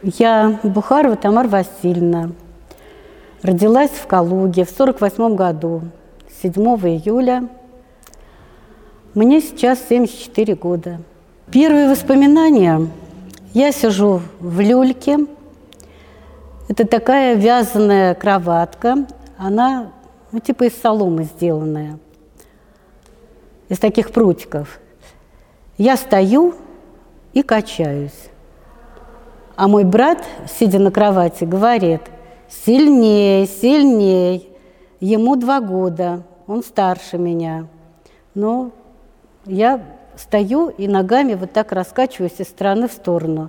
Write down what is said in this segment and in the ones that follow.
Я Бухарова Тамара Васильевна. Родилась в Калуге в 1948 году, 7 июля. Мне сейчас 74 года. Первые воспоминания. Я сижу в люльке. Это такая вязаная кроватка. Она, типа из соломы сделанная. Из таких прутиков. Я стою и качаюсь. А мой брат, сидя на кровати, говорит: сильней, сильней. Ему 2 года, он старше меня. Но я стою и ногами вот так раскачиваюсь из стороны в сторону.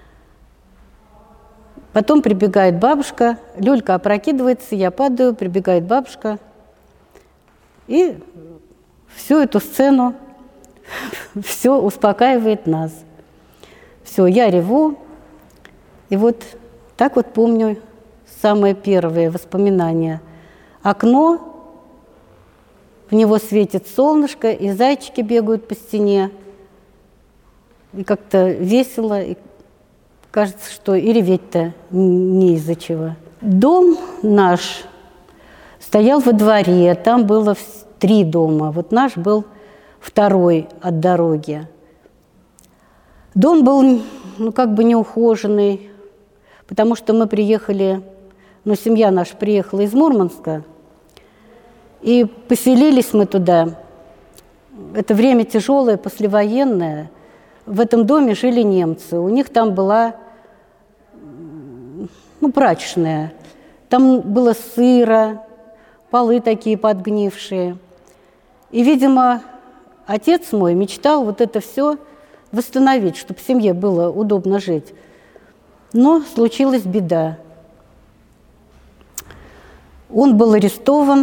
Потом прибегает бабушка, люлька опрокидывается, я падаю, прибегает бабушка. И всю эту сцену, все успокаивает нас. Все, я реву. И вот так вот помню самые первые воспоминания. Окно, в него светит солнышко, и зайчики бегают по стене. И как-то весело, и кажется, что и реветь-то не из-за чего. Дом наш стоял во дворе, там было 3 дома. Вот наш был 2-й от дороги. Дом был, как бы неухоженный, потому что мы приехали, семья наша приехала из Мурманска, и поселились мы туда. Это время тяжелое, послевоенное. В этом доме жили немцы. У них там была, прачечная. Там было сыро, полы такие подгнившие. И, видимо, отец мой мечтал вот это все восстановить, чтобы семье было удобно жить. Но случилась беда. Он был арестован.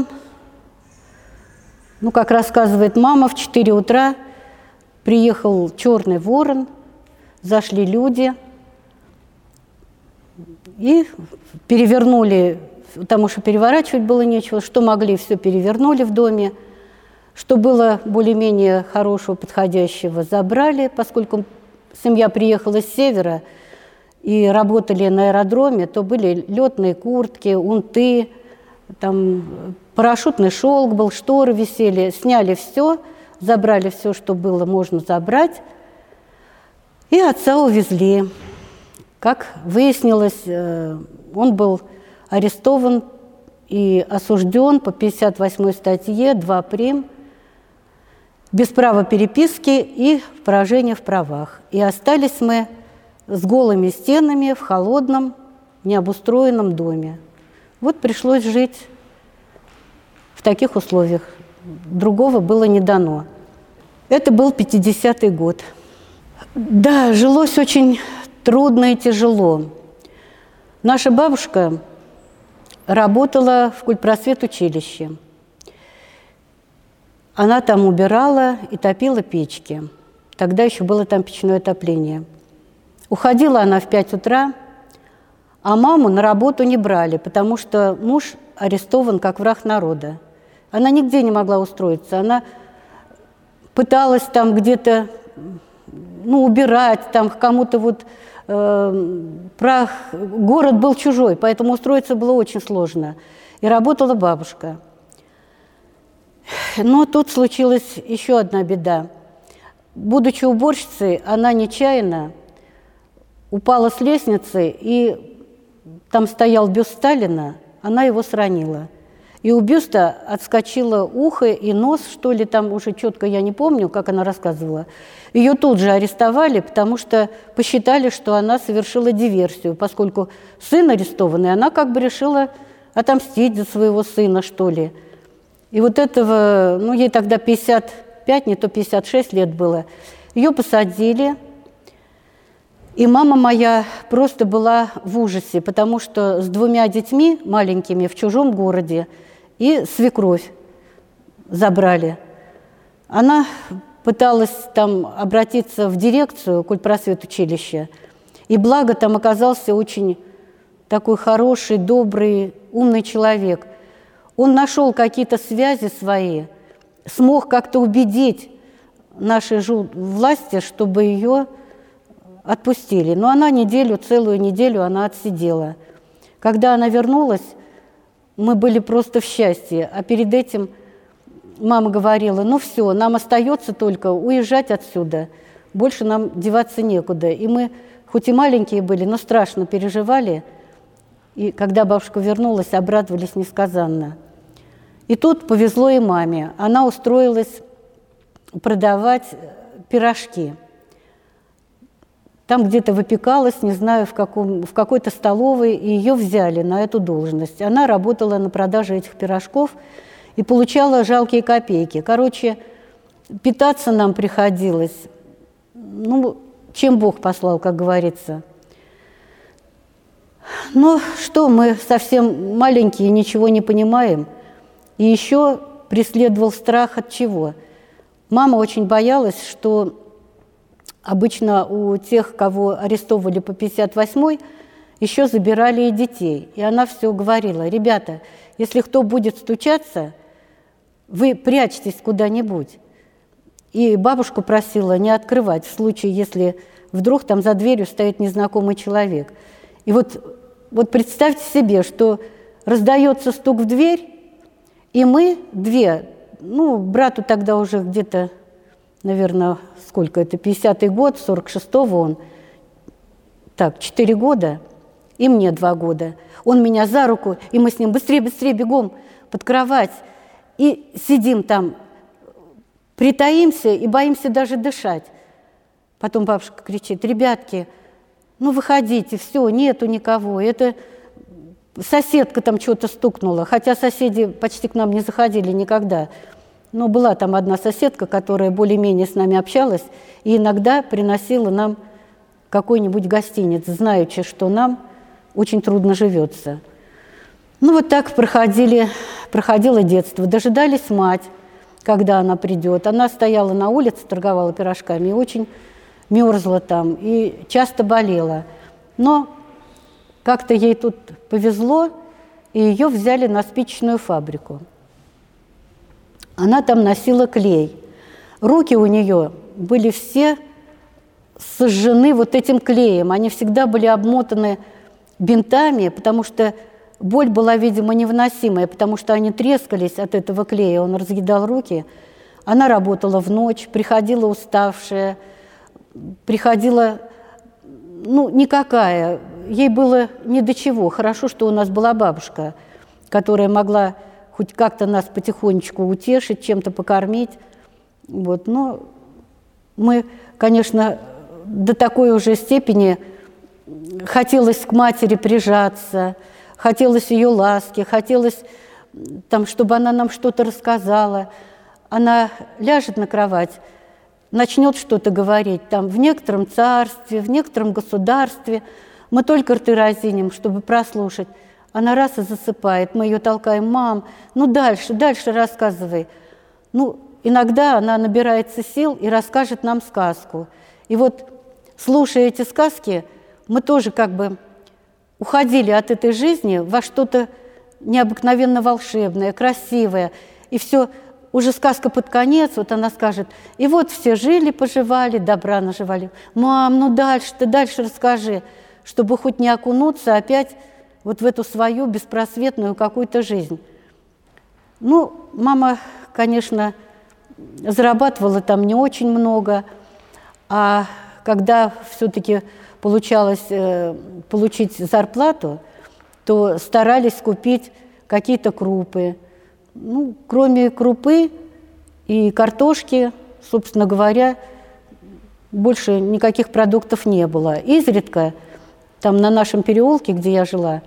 Как рассказывает мама, в 4 утра приехал черный ворон, зашли люди и перевернули, потому что переворачивать было нечего, что могли, все перевернули в доме, что было более-менее хорошего, подходящего, забрали, поскольку семья приехала с севера и работали на аэродроме, то были летные куртки, унты, там парашютный шелк был, шторы висели, сняли все, забрали все, что было можно забрать, и отца увезли. Как выяснилось, он был арестован и осужден по 58-й статье 2 прим. Без права переписки и поражения в правах. И остались мы с голыми стенами в холодном, необустроенном доме. Вот пришлось жить в таких условиях. Другого было не дано. Это был 50-й год. Да, жилось очень трудно и тяжело. Наша бабушка работала в культпросветучилище. Она там убирала и топила печки. Тогда еще было там печное отопление. Уходила она в 5 утра, а маму на работу не брали, потому что муж арестован как враг народа. Она нигде не могла устроиться. Она пыталась там где-то убирать, там кому-то город был чужой, поэтому устроиться было очень сложно. И работала бабушка. Но тут случилась еще одна беда. Будучи уборщицей, она нечаянно упала с лестницы, и там стоял бюст Сталина, она его сранила. И у бюста отскочило ухо и нос, что ли, там уже четко я не помню, как она рассказывала. Ее тут же арестовали, потому что посчитали, что она совершила диверсию, поскольку сын арестованный, она как бы решила отомстить за своего сына, что ли. И вот этого, ей тогда 55, не то 56 лет было, ее посадили. И мама моя просто была в ужасе, потому что с 2 детьми маленькими в чужом городе и свекровь забрали. Она пыталась там обратиться в дирекцию культпросветучилища, и благо там оказался очень такой хороший, добрый, умный человек. Он нашел какие-то связи свои, смог как-то убедить наши власти, чтобы ее отпустили. Но она целую неделю она отсидела. Когда она вернулась, мы были просто в счастье. А перед этим мама говорила: ну все, нам остается только уезжать отсюда. Больше нам деваться некуда. И мы, хоть и маленькие были, но страшно переживали. И когда бабушка вернулась, обрадовались несказанно. И тут повезло и маме. Она устроилась продавать пирожки. Там где-то выпекалась, не знаю, в какой-то столовой, и ее взяли на эту должность. Она работала на продаже этих пирожков и получала жалкие копейки. Короче, питаться нам приходилось, ну, чем Бог послал, как говорится. Ну что, мы совсем маленькие, ничего не понимаем. И еще преследовал страх от чего? Мама очень боялась, что обычно у тех, кого арестовывали по 58-й, еще забирали и детей. И она все говорила: ребята, если кто будет стучаться, вы прячьтесь куда-нибудь. И бабушку просила не открывать в случае, если вдруг там за дверью стоит незнакомый человек. И вот представьте себе, что раздается стук в дверь, и мы две, ну, брату тогда уже где-то, наверное, сколько это, 50-й год, 46-го он, так, 4 года, и мне 2 года. Он меня за руку, и мы с ним быстрее бегом под кровать, и сидим там, притаимся и боимся даже дышать. Потом бабушка кричит: ребятки, ну выходите, все, нету никого. Это соседка там что-то стукнула, хотя соседи почти к нам не заходили никогда. Но была там одна соседка, которая более-менее с нами общалась и иногда приносила нам какой-нибудь гостиниц, знаючи, что нам очень трудно живется. Ну вот так проходило детство. Дожидались мать, когда она придет. Она стояла на улице, торговала пирожками и очень мерзла там, и часто болела. Но как-то ей тут повезло, и ее взяли на спичечную фабрику. Она там носила клей. Руки у нее были все сожжены вот этим клеем. Они всегда были обмотаны бинтами, потому что боль была, видимо, невыносимая, потому что они трескались от этого клея, он разъедал руки. Она работала в ночь, приходила уставшая, приходила, ну, никакая. Ей было ни до чего. Хорошо, что у нас была бабушка, которая могла хоть как-то нас потихонечку утешить, чем-то покормить. Вот. Но мы, конечно, до такой уже степени хотелось к матери прижаться, хотелось ее ласки, хотелось, там, чтобы она нам что-то рассказала. Она ляжет на кровать, начнет что-то говорить, там, в некотором царстве, в некотором государстве. Мы только рты разинем, чтобы прослушать. Она раз и засыпает, мы ее толкаем: мам, ну дальше рассказывай. Ну, иногда она набирается сил и расскажет нам сказку. И вот, слушая эти сказки, мы тоже как бы уходили от этой жизни во что-то необыкновенно волшебное, красивое. И все, уже сказка под конец, вот она скажет: и вот все жили-поживали, добра наживали. Мам, ну ты дальше расскажи, чтобы хоть не окунуться опять вот в эту свою беспросветную какую-то жизнь. Ну, мама, конечно, зарабатывала там не очень много, а когда все-таки получалось получить зарплату, то старались купить какие-то крупы. Ну, кроме крупы и картошки, собственно говоря, больше никаких продуктов не было. Изредка там на нашем переулке, где я жила,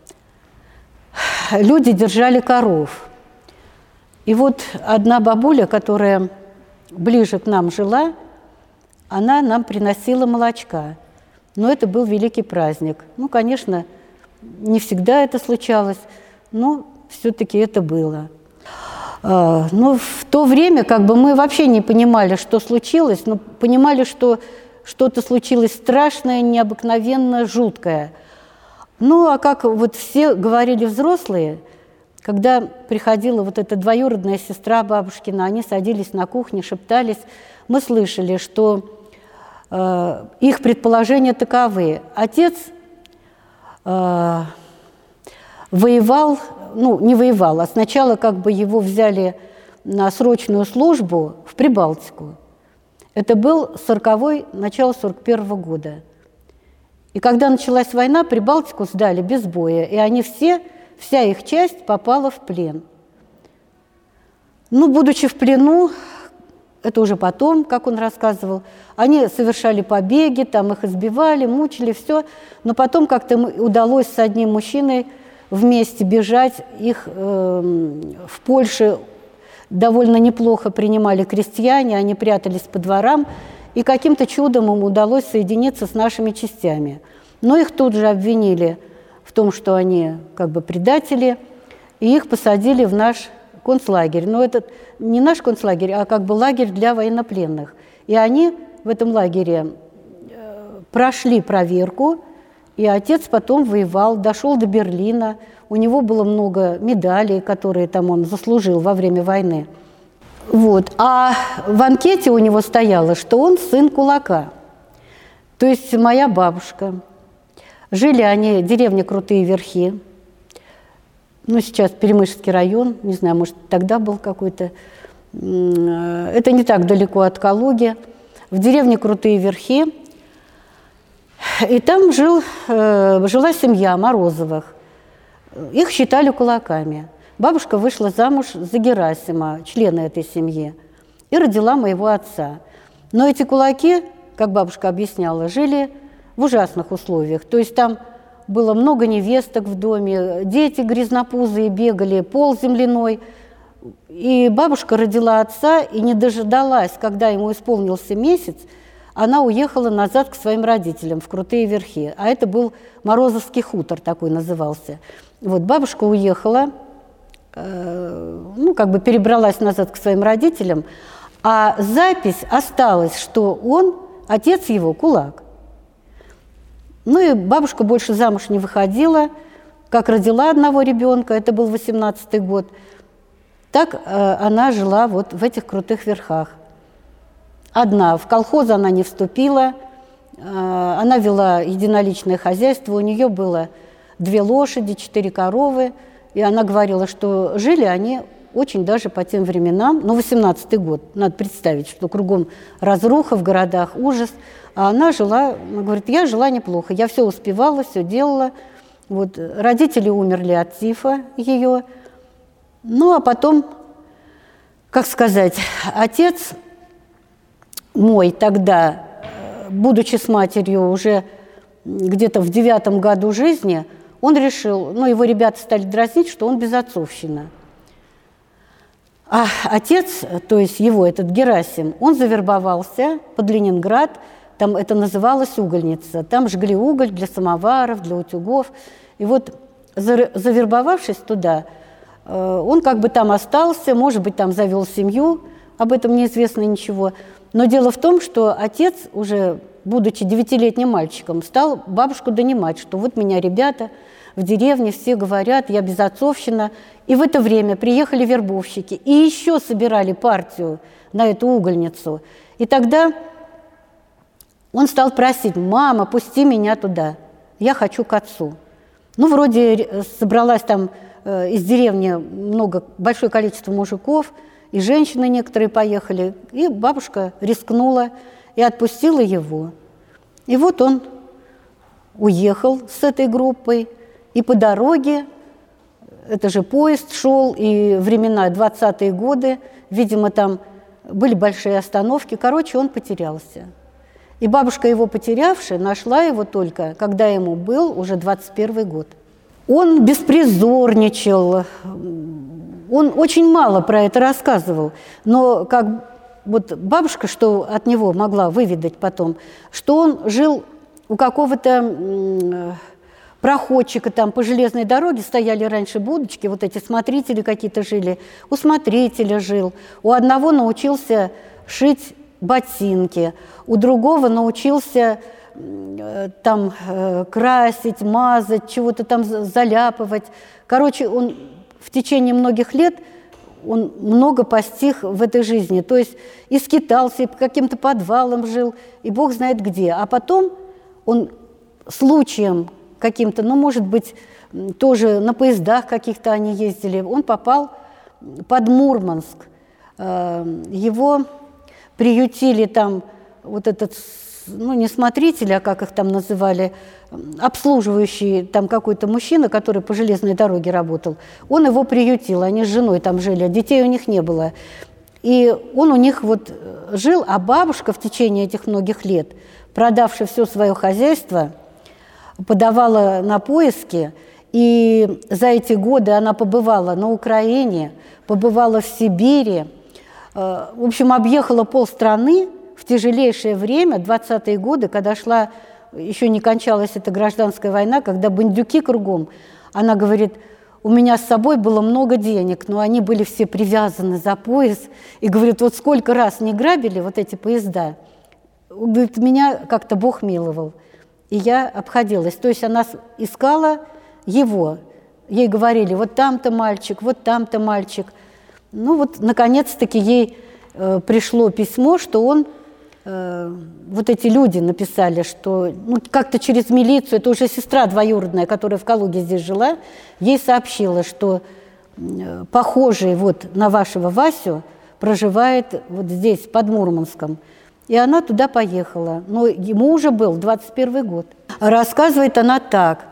люди держали коров. И вот одна бабуля, которая ближе к нам жила, она нам приносила молочка. Но это был великий праздник. Ну, конечно, не всегда это случалось, но все-таки это было. Но в то время как бы мы вообще не понимали, что случилось, но понимали, что что-то случилось страшное, необыкновенно жуткое. Ну, а как вот все говорили взрослые, когда приходила вот эта двоюродная сестра бабушкина, они садились на кухне, шептались, мы слышали, что их предположения таковы. Отец воевал, ну, не воевал, а сначала как бы его взяли на срочную службу в Прибалтику. Это был 40-й, начало 41-го года. И когда началась война, Прибалтику сдали без боя, и они вся их часть попала в плен. Ну, будучи в плену, это уже потом, как он рассказывал, они совершали побеги, там их избивали, мучили, все. Но потом как-то удалось с одним мужчиной вместе бежать. Их в Польше довольно неплохо принимали крестьяне, они прятались по дворам, и каким-то чудом им удалось соединиться с нашими частями. Но их тут же обвинили в том, что они как бы предатели, и их посадили в наш концлагерь. Но это не наш концлагерь, а как бы лагерь для военнопленных. И они в этом лагере прошли проверку, и отец потом воевал, дошел до Берлина. У него было много медалей, которые там он заслужил во время войны. Вот. А в анкете у него стояло, что он сын кулака. То есть моя бабушка. Жили они в деревне Крутые Верхи. Ну, сейчас Перемышльский район, не знаю, может, тогда был какой-то. Это не так далеко от Калуги. В деревне Крутые Верхи. И там жила семья Морозовых. Их считали кулаками. Бабушка вышла замуж за Герасима, члена этой семьи, и родила моего отца. Но эти кулаки, как бабушка объясняла, жили в ужасных условиях. То есть там было много невесток в доме, дети грязнопузые бегали, пол земляной. И бабушка родила отца и не дождалась, когда ему исполнился месяц, она уехала назад к своим родителям в Крутые Верхи. А это был Морозовский хутор, такой назывался. Вот бабушка уехала, ну, как бы перебралась назад к своим родителям, а запись осталась, что он, отец его, кулак. Ну и бабушка больше замуж не выходила, как родила одного ребенка, это был 18-й год, так она жила вот в этих Крутых Верхах. Одна, в колхоз она не вступила, она вела единоличное хозяйство, у нее было 2 лошади, 4 коровы, и она говорила, что жили они очень даже по тем временам, ну, 18-й год, надо представить, что кругом разруха в городах, ужас, а она жила, она говорит, я жила неплохо, я все успевала, все делала, вот, родители умерли от тифа ее, ну, а потом, как сказать, отец мой тогда, будучи с матерью уже где-то в 9-м году жизни, он решил, ну, его ребята стали дразнить, что он безотцовщина. А отец, то есть его, этот Герасим, он завербовался под Ленинград, там это называлось угольница, там жгли уголь для самоваров, для утюгов. И вот завербовавшись туда, он как бы там остался, может быть, там завел семью, об этом неизвестно ничего. Но дело в том, что отец, уже будучи 9-летним мальчиком, стал бабушку донимать, что вот меня ребята в деревне все говорят, я безотцовщина. И в это время приехали вербовщики и еще собирали партию на эту угольницу. И тогда он стал просить, мама, пусти меня туда, я хочу к отцу. Ну, вроде собралась там из деревни большое количество мужиков, и женщины некоторые поехали, и бабушка рискнула и отпустила его. И вот он уехал с этой группой, и по дороге, это же поезд шел, и времена 20-е годы, видимо, там были большие остановки, короче, он потерялся. И бабушка его потерявшая нашла его только, когда ему был уже 21-й год. Он беспризорничал, он очень мало про это рассказывал, но как вот бабушка, что от него могла выведать потом, что он жил у какого-то проходчика там по железной дороге, стояли раньше будочки, вот эти смотрители какие-то жили, у смотрителя жил, у одного научился шить ботинки, у другого научился там красить, мазать, чего-то там заляпывать. Короче, он в течение многих лет он много постиг в этой жизни. То есть и скитался, и по каким-то подвалам жил, и Бог знает где. А потом он случаем каким-то, ну, может быть, тоже на поездах каких-то они ездили, он попал под Мурманск. Его приютили там, вот этот, ну, не смотритель, а как их там называли, обслуживающий там какой-то мужчина, который по железной дороге работал, он его приютил, они с женой там жили, а детей у них не было. И он у них вот жил, а бабушка в течение этих многих лет, продавши все свое хозяйство, подавала на поиски, и за эти годы она побывала на Украине, побывала в Сибири, в общем, объехала полстраны в тяжелейшее время, 20-е годы, когда шла, еще не кончалась эта гражданская война, когда бандюки кругом. Она говорит, у меня с собой было много денег, но они были все привязаны за пояс. И говорит, вот сколько раз не грабили вот эти поезда, говорит, меня как-то Бог миловал. И я обходилась. То есть она искала его. Ей говорили, вот там-то мальчик, вот там-то мальчик. Ну вот, наконец-таки, ей пришло письмо, что он, вот эти люди написали, что ну, как-то через милицию, это уже сестра двоюродная, которая в Калуге здесь жила, ей сообщила, что похожий вот на вашего Васю проживает вот здесь, под Мурманском. И она туда поехала. Но ему уже был 21 год. Рассказывает она так.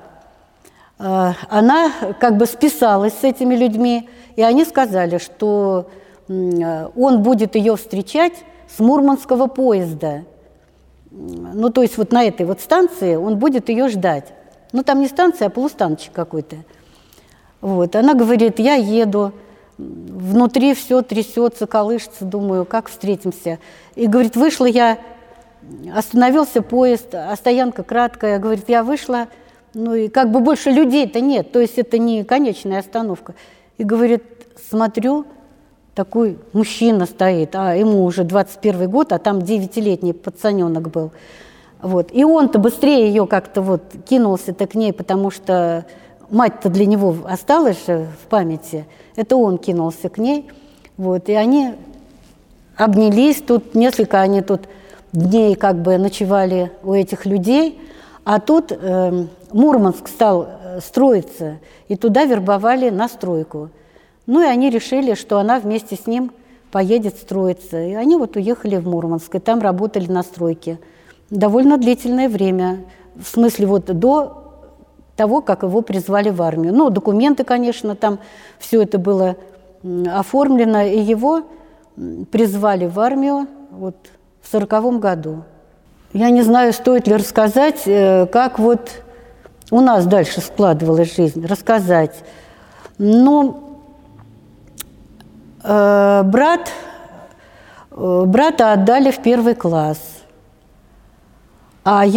Она как бы списалась с этими людьми, и они сказали, что он будет ее встречать с мурманского поезда. Ну, то есть вот на этой вот станции он будет ее ждать. Ну, там не станция, а полустаночек какой-то. Вот. Она говорит, я еду, внутри все трясется, колышется, думаю, как встретимся. И, говорит, вышла я, остановился поезд, а стоянка краткая, говорит, я вышла, ну и как бы больше людей-то нет, то есть это не конечная остановка. И, говорит, смотрю, такой мужчина стоит, а ему уже 21 год, а там 9-летний пацаненок был. Вот. И он-то быстрее ее как-то вот кинулся-то к ней, потому что мать-то для него осталась же в памяти. Это он кинулся к ней. Вот. И они обнялись, тут несколько они тут дней как бы ночевали у этих людей, а тут Мурманск стал строиться, и туда вербовали на стройку. Ну и они решили, что она вместе с ним поедет строиться. И они вот уехали в Мурманск, и там работали на стройке. Довольно длительное время, в смысле вот до того, как его призвали в армию. Ну, документы, конечно, там все это было оформлено, и его призвали в армию вот в 1940 году. Я не знаю, стоит ли рассказать, как вот у нас дальше складывалась жизнь, рассказать. Ну, брата отдали в 1 класс, а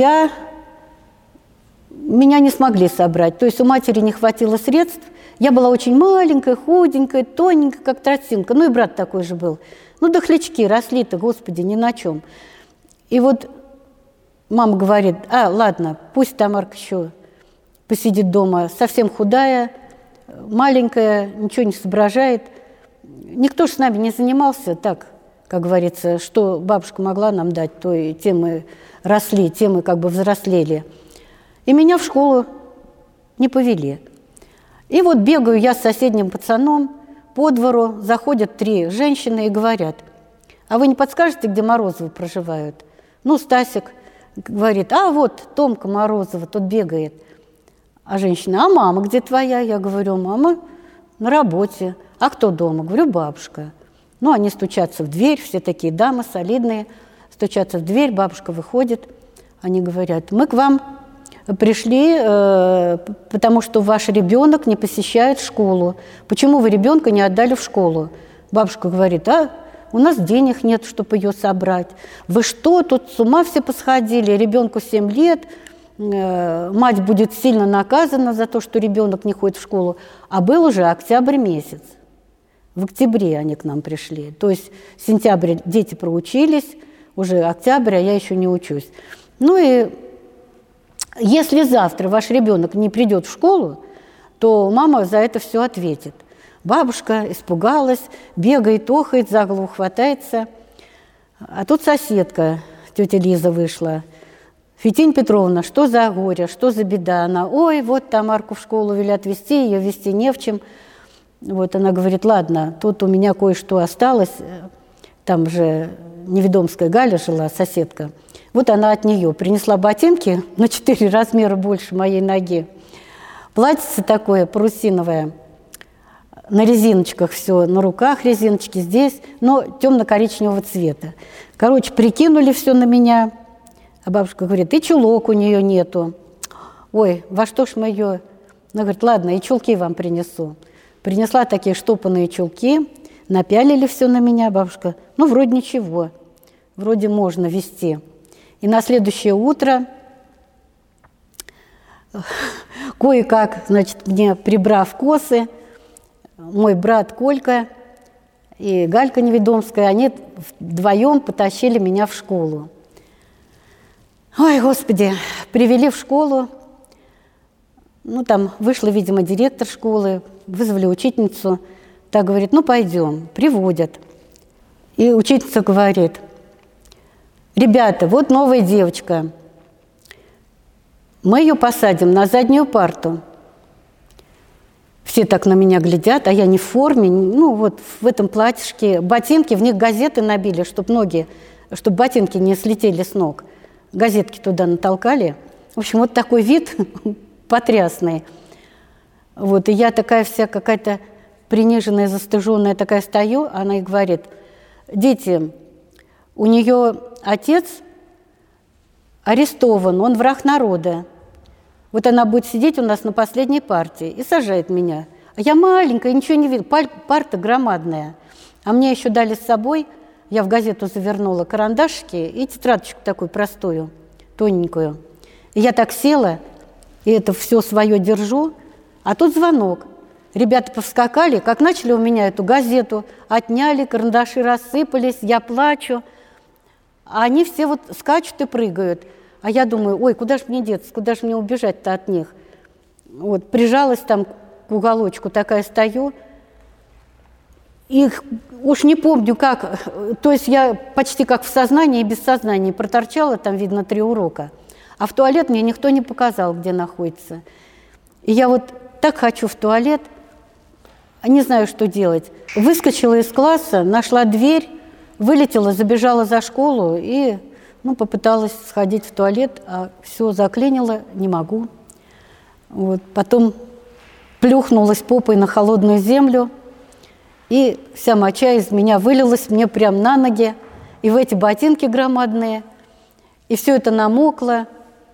меня не смогли собрать. То есть у матери не хватило средств. Я была очень маленькая, худенькая, тоненькая, как тростинка. Ну и брат такой же был. Ну, дохлячки росли-то, Господи, ни на чем. И вот мама говорит, ладно, пусть Тамарка еще посидит дома, совсем худая, маленькая, ничего не соображает. Никто же с нами не занимался так, как говорится, что бабушка могла нам дать, то и тем мы росли, тем мы как бы взрослели. И меня в школу не повели. И вот бегаю я с соседним пацаном по двору, заходят 3 женщины и говорят, а вы не подскажете, где Морозовы проживают? Ну, Стасик говорит, вот Томка Морозова, тут бегает. А женщина, а мама где твоя? Я говорю, мама на работе. А кто дома? Говорю, бабушка. Ну, они стучатся в дверь, все такие дамы солидные, стучатся в дверь, бабушка выходит. Они говорят, мы к вам пришли, потому что ваш ребенок не посещает школу. Почему вы ребенка не отдали в школу? Бабушка говорит, у нас денег нет, чтобы ее собрать. Вы что, тут с ума все посходили? Ребенку 7 лет, мать будет сильно наказана за то, что ребенок не ходит в школу. А был уже октябрь месяц. В октябре они к нам пришли. То есть сентябрь дети проучились, уже октябрь, а я еще не учусь. Ну и если завтра ваш ребенок не придет в школу, то мама за это все ответит. Бабушка испугалась, бегает, охает, за голову хватается. А тут соседка, тетя Лиза, вышла. Фитинь Петровна, что за горе, что за беда? Она, ой, вот Тамарку в школу велят везти, ее везти не в чем. Вот она говорит, ладно, тут у меня кое-что осталось. Там же Неведомская Галя жила, соседка. Вот она от нее принесла ботинки на 4 размера больше моей ноги. Платьице такое парусиновое, на резиночках все, на руках резиночки, здесь, но темно-коричневого цвета. Короче, прикинули все на меня, а бабушка говорит, и чулок у нее нету. Ой, во что ж мы ее... Она говорит, ладно, и чулки вам принесу. Принесла такие штопанные чулки, напялили все на меня, бабушка, ну, вроде ничего, вроде можно вести. И на следующее утро, кое-как, значит, мне прибрав косы, мой брат Колька и Галька Неведомская, они вдвоем потащили меня в школу. Ой, Господи, привели в школу, ну, там вышла, видимо, директор школы, вызвали учительницу, та говорит, ну, пойдем, приводят. И учительница говорит, ребята, вот новая девочка, мы ее посадим на заднюю парту. Все так на меня глядят, а я не в форме, ну, вот в этом платьишке, ботинки, в них газеты набили, чтобы ботинки не слетели с ног. Газетки туда натолкали. В общем, вот такой вид потрясный. Вот, и я такая вся какая-то приниженная, застыженная такая стою, она и говорит, дети, у нее отец арестован, он враг народа. Вот она будет сидеть у нас на последней партии и сажает меня. А я маленькая, ничего не видно, парта громадная. А мне еще дали с собой, я в газету завернула карандашики и тетрадочку такую простую, тоненькую. И я так села, и это все свое держу, а тут звонок. Ребята повскакали, как начали у меня эту газету, отняли, карандаши рассыпались, я плачу. А они все вот скачут и прыгают. А я думаю, ой, куда же мне деться, куда же мне убежать-то от них? Вот, прижалась там к уголочку, такая стою. И уж не помню как, то есть я почти как в сознании и без сознания проторчала, там, видно, 3 урока. А в туалет мне никто не показал, где находится. И я вот так хочу в туалет, не знаю, что делать. Выскочила из класса, нашла дверь, вылетела, забежала за школу и... Ну, попыталась сходить в туалет, а все заклинило, не могу. Вот. Потом плюхнулась попой на холодную землю, и вся моча из меня вылилась мне прямо на ноги, и в эти ботинки громадные, и все это намокло.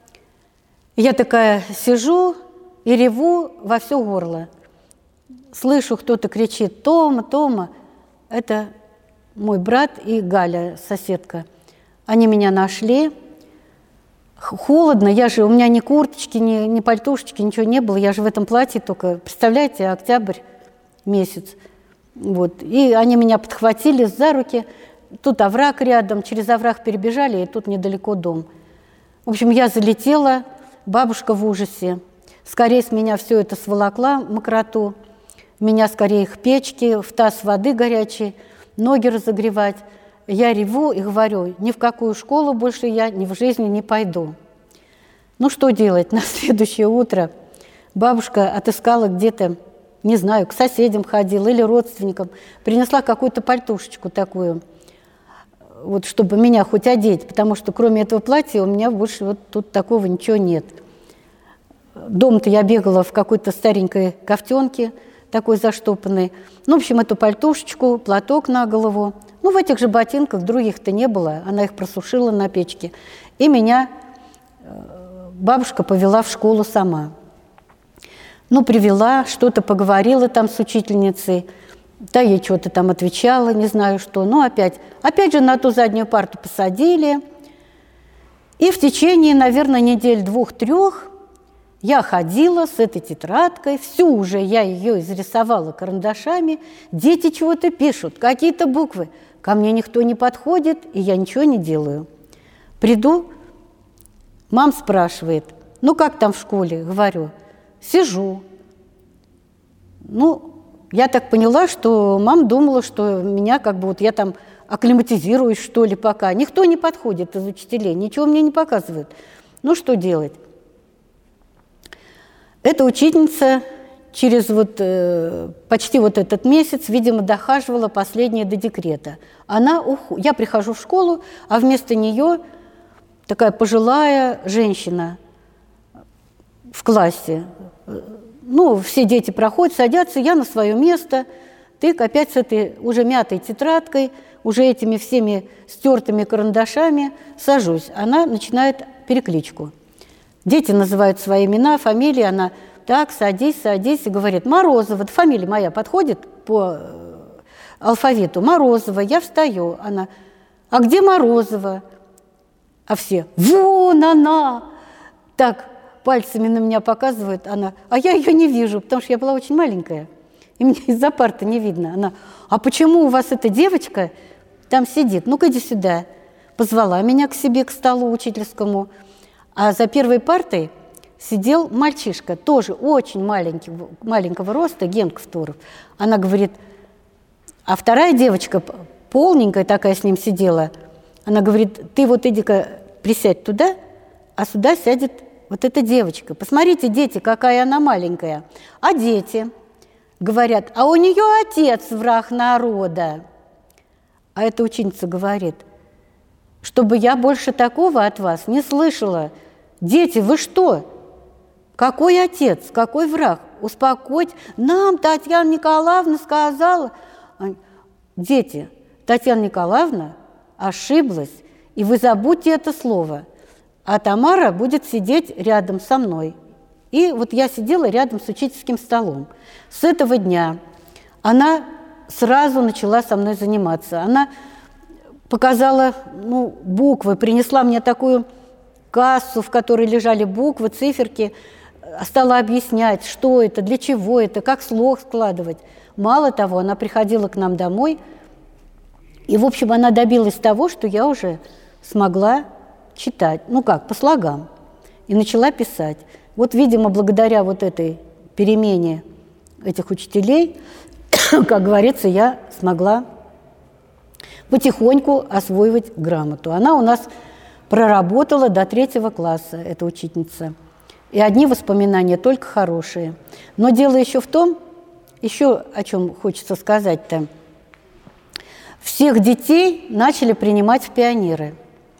И я такая сижу и реву во все горло. Слышу, кто-то кричит «Тома, Тома!» Это мой брат и Галя, соседка. Они меня нашли. Холодно, у меня ни курточки, ни пальтушечки, ничего не было. Я же в этом платье только, представляете, октябрь месяц. Вот. И они меня подхватили за руки. Тут овраг рядом, через овраг перебежали, и тут недалеко дом. В общем, я залетела, бабушка в ужасе. Скорее с меня все это сволокла, мокроту. Меня скорее к печке, в таз воды горячей, ноги разогревать. Я реву и говорю, ни в какую школу больше я ни в жизни не пойду. Ну, что делать? На следующее утро бабушка отыскала где-то, не знаю, к соседям ходила или родственникам, принесла какую-то пальтушечку такую, вот, чтобы меня хоть одеть, потому что кроме этого платья у меня больше вот тут такого ничего нет. Дома-то я бегала в какой-то старенькой кофтенке, такой заштопанной. Ну, в общем, эту пальтушечку, платок на голову. Ну, в этих же ботинках, других-то не было, она их просушила на печке. И меня бабушка повела в школу сама. Ну, привела, что-то поговорила там с учительницей, та ей что-то там отвечала, не знаю что. Ну, опять же на ту заднюю парту посадили. И в течение, наверное, недель 2-3 я ходила с этой тетрадкой, всю уже я ее изрисовала карандашами, дети чего-то пишут, какие-то буквы. Ко мне никто не подходит, и я ничего не делаю. Приду, мама спрашивает, ну как там в школе? Говорю, сижу. Ну, я так поняла, что мама думала, что меня как бы вот я там акклиматизируюсь, что ли, пока. Никто не подходит из учителей, ничего мне не показывают. Ну, что делать? Эта учительница через почти этот месяц, видимо, дохаживала последнее до декрета. Я прихожу в школу, а вместо нее такая пожилая женщина в классе. Ну, все дети проходят, садятся, я на свое место, тык, опять с этой уже мятой тетрадкой, уже этими всеми стертыми карандашами сажусь. Она начинает перекличку. Дети называют свои имена, фамилии, она так, садись, и говорит, Морозова, фамилия моя подходит по алфавиту, Морозова, я встаю, она, а где Морозова? А все, вон она, так, пальцами на меня показывает, она, а я ее не вижу, потому что я была очень маленькая, и мне из-за парты не видно. Она, а почему у вас эта девочка там сидит? Ну-ка иди сюда. Позвала меня к себе, к столу учительскому, а за первой партой сидел мальчишка, тоже очень маленького роста, Генка Второв. Она говорит, а вторая девочка, полненькая такая с ним сидела, она говорит, ты вот иди-ка присядь туда, а сюда сядет вот эта девочка. Посмотрите, дети, какая она маленькая. А дети говорят, а у нее отец враг народа. А эта ученица говорит, чтобы я больше такого от вас не слышала. Дети, вы что? Какой отец, какой враг? Успокойтесь. Нам Татьяна Николаевна сказала. Дети, Татьяна Николаевна ошиблась, и вы забудьте это слово. А Тамара будет сидеть рядом со мной. И вот я сидела рядом с учительским столом. С этого дня она сразу начала со мной заниматься. Она показала буквы, принесла мне такую кассу, в которой лежали буквы, циферки, стала объяснять, что это, для чего это, как слог складывать. Мало того, она приходила к нам домой, и, в общем, она добилась того, что я уже смогла читать, по слогам, и начала писать. Вот, видимо, благодаря вот этой перемене этих учителей, как говорится, я смогла потихоньку осваивать грамоту. Она у нас проработала до 3 класса, эта учительница. И одни воспоминания только хорошие. Но дело еще в том, еще о чем хочется сказать-то, всех детей начали принимать в пионеры.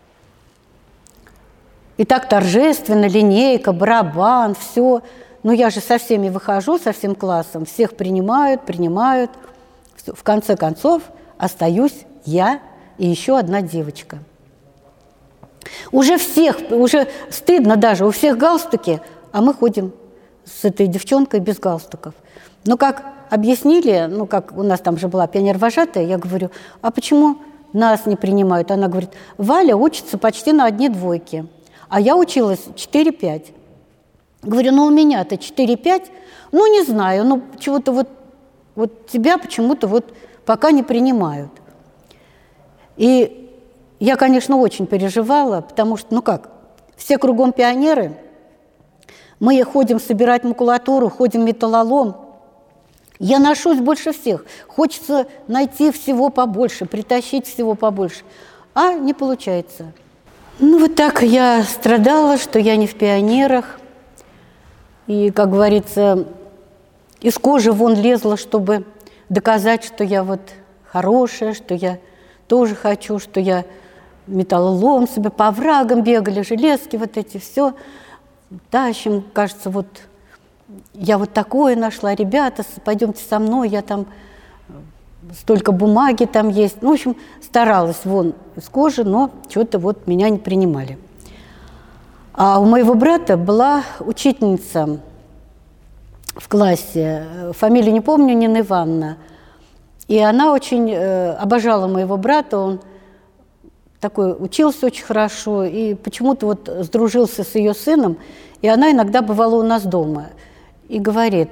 И так торжественно, линейка, барабан, все. Но я же со всеми выхожу, со всем классом, всех принимают. В конце концов остаюсь я и еще одна девочка. Уже стыдно даже, у всех галстуки, а мы ходим с этой девчонкой без галстуков. Но как объяснили, как у нас там же была пионер-вожатая, я говорю, а почему нас не принимают? Она говорит, Валя учится почти на 1 двойке, а я училась 4-5. Говорю, у меня-то 4-5, не знаю, чего-то вот тебя почему-то пока не принимают. И я, конечно, очень переживала, потому что, все кругом пионеры, мы ходим собирать макулатуру, ходим металлолом. Я ношусь больше всех. Хочется найти всего побольше, притащить всего побольше. А не получается. Вот так я страдала, что я не в пионерах. И, как говорится, из кожи вон лезла, чтобы доказать, что я хорошая, что я тоже хочу, что я металлолом себе, по оврагам бегали, железки эти, все тащим, кажется, я такое нашла, ребята, пойдемте со мной, я там, столько бумаги там есть. В общем, старалась из кожи, но что-то меня не принимали. А у моего брата была учительница в классе, фамилию не помню, Нина Ивановна, и она очень обожала моего брата, он такой учился очень хорошо и почему-то сдружился с ее сыном, и она иногда бывала у нас дома и говорит,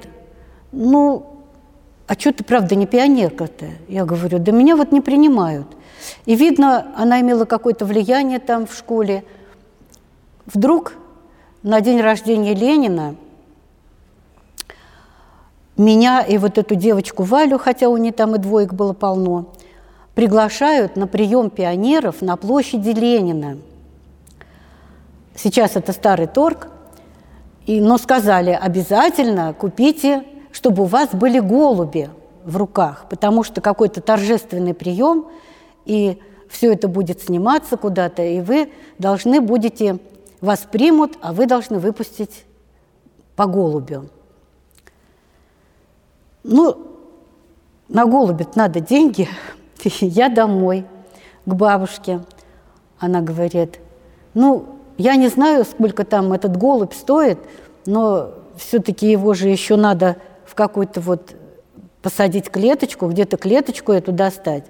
а что ты, правда, не пионерка-то? Я говорю, да меня не принимают. И видно, она имела какое-то влияние там в школе. Вдруг на день рождения Ленина меня и вот эту девочку Валю, хотя у нее там и двоек было полно, приглашают на прием пионеров на площади Ленина. Сейчас это старый торг, но сказали, обязательно купите, чтобы у вас были голуби в руках, потому что какой-то торжественный прием, и все это будет сниматься куда-то, и вы должны будете, вас примут, а вы должны выпустить по голубю. Ну, на голубя надо деньги. Я домой, к бабушке. Она говорит, ну, я не знаю, сколько там этот голубь стоит, но все-таки его же еще надо в какую-то вот посадить клеточку, где-то клеточку эту достать.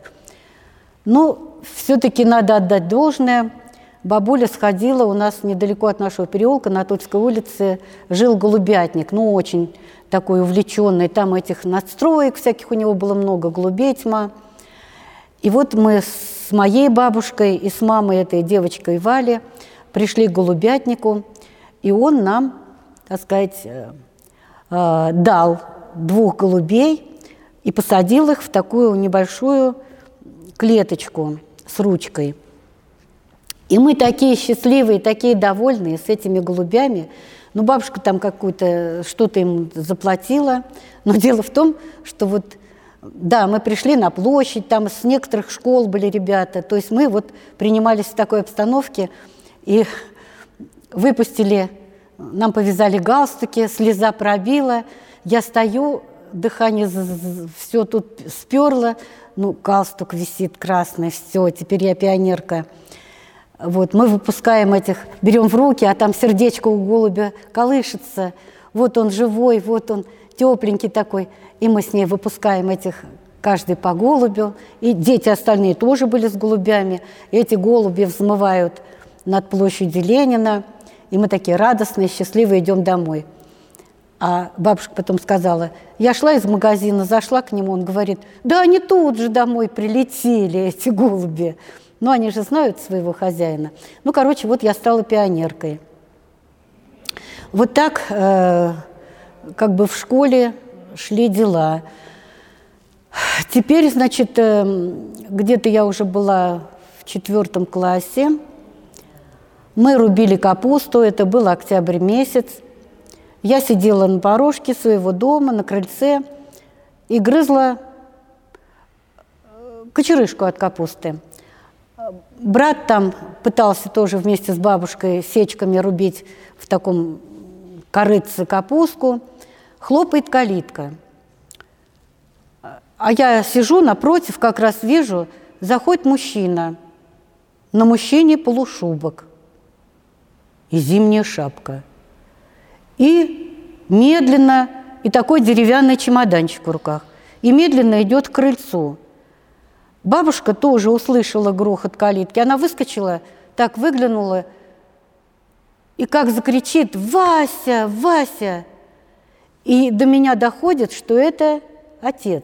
Ну, все-таки надо отдать должное. Бабуля сходила, у нас недалеко от нашего переулка, на Тульской улице, жил голубятник, ну, очень такой увлеченный. Там этих надстроек всяких у него было много, голубей тьма. И вот мы с моей бабушкой и с мамой этой девочкой Вали пришли к голубятнику, и он нам, так сказать, дал 2 голубей и посадил их в такую небольшую клеточку с ручкой. И мы такие счастливые, такие довольные с этими голубями. Ну, бабушка там что-то им заплатила. Но дело в том, что вот, да, мы пришли на площадь, там с некоторых школ были ребята. То есть мы вот принимались в такой обстановке и выпустили, нам повязали галстуки, слеза пробила. Я стою, дыхание все тут сперло. Ну, галстук висит красный, все, теперь я пионерка. Вот, мы выпускаем берем в руки, а там сердечко у голубя колышется. Вот он живой, вот он тепленький такой. И мы с ней выпускаем каждый по голубю. И дети остальные тоже были с голубями. И эти голуби взмывают над площадью Ленина. И мы такие радостные, счастливые идем домой. А бабушка потом сказала, я шла из магазина, зашла к нему, он говорит, да они тут же домой прилетели, эти голуби. Ну, они же знают своего хозяина. Ну, короче, вот я стала пионеркой. Вот так как бы в школе шли дела. Теперь, значит, где-то я уже была в 4 классе. Мы рубили капусту, это был октябрь месяц. Я сидела на порожке своего дома, на крыльце, и грызла кочерышку от капусты. Брат там пытался тоже вместе с бабушкой сечками рубить в таком корытце капустку. Хлопает калитка. А я сижу напротив, как раз вижу, заходит мужчина. На мужчине полушубок и зимняя шапка. И медленно, и такой деревянный чемоданчик в руках, и медленно идет к крыльцу. Бабушка тоже услышала грохот калитки. Она выскочила, так выглянула, и как закричит «Вася! Вася!». И до меня доходит, что это отец.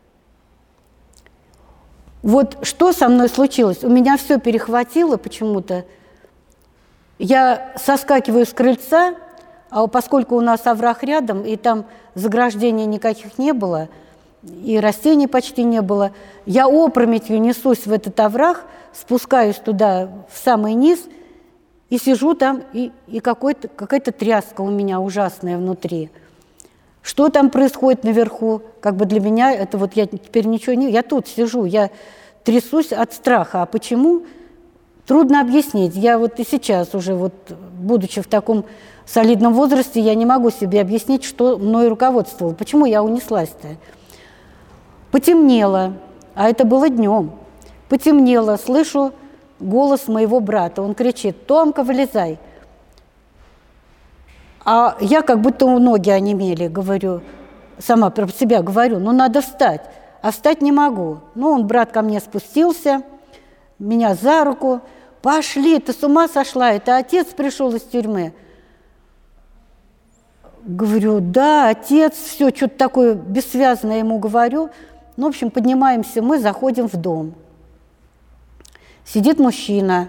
Вот что со мной случилось? У меня все перехватило почему-то. Я соскакиваю с крыльца, а поскольку у нас овраг рядом, и там заграждений никаких не было, и растений почти не было, я опрометью несусь в этот овраг, спускаюсь туда в самый низ и сижу там, и какая-то тряска у меня ужасная внутри. Что там происходит наверху? Как бы для меня это вот я теперь ничего не... Я тут сижу, я трясусь от страха. А почему? Трудно объяснить. Я вот и сейчас уже, вот, будучи в таком солидном возрасте, я не могу себе объяснить, что мной руководствовало. Почему я унеслась-то? Потемнело, а это было днем. Потемнело, слышу голос моего брата. Он кричит: «Томка, вылезай!» А я как будто у ноги онемели, говорю, сама про себя говорю, ну надо встать, а встать не могу. Ну, он, брат, ко мне спустился, меня за руку. «Пошли, ты с ума сошла, это отец пришел из тюрьмы». Говорю, да, отец, все, что-то такое бессвязное ему говорю. Ну, в общем, поднимаемся мы, заходим в дом. Сидит мужчина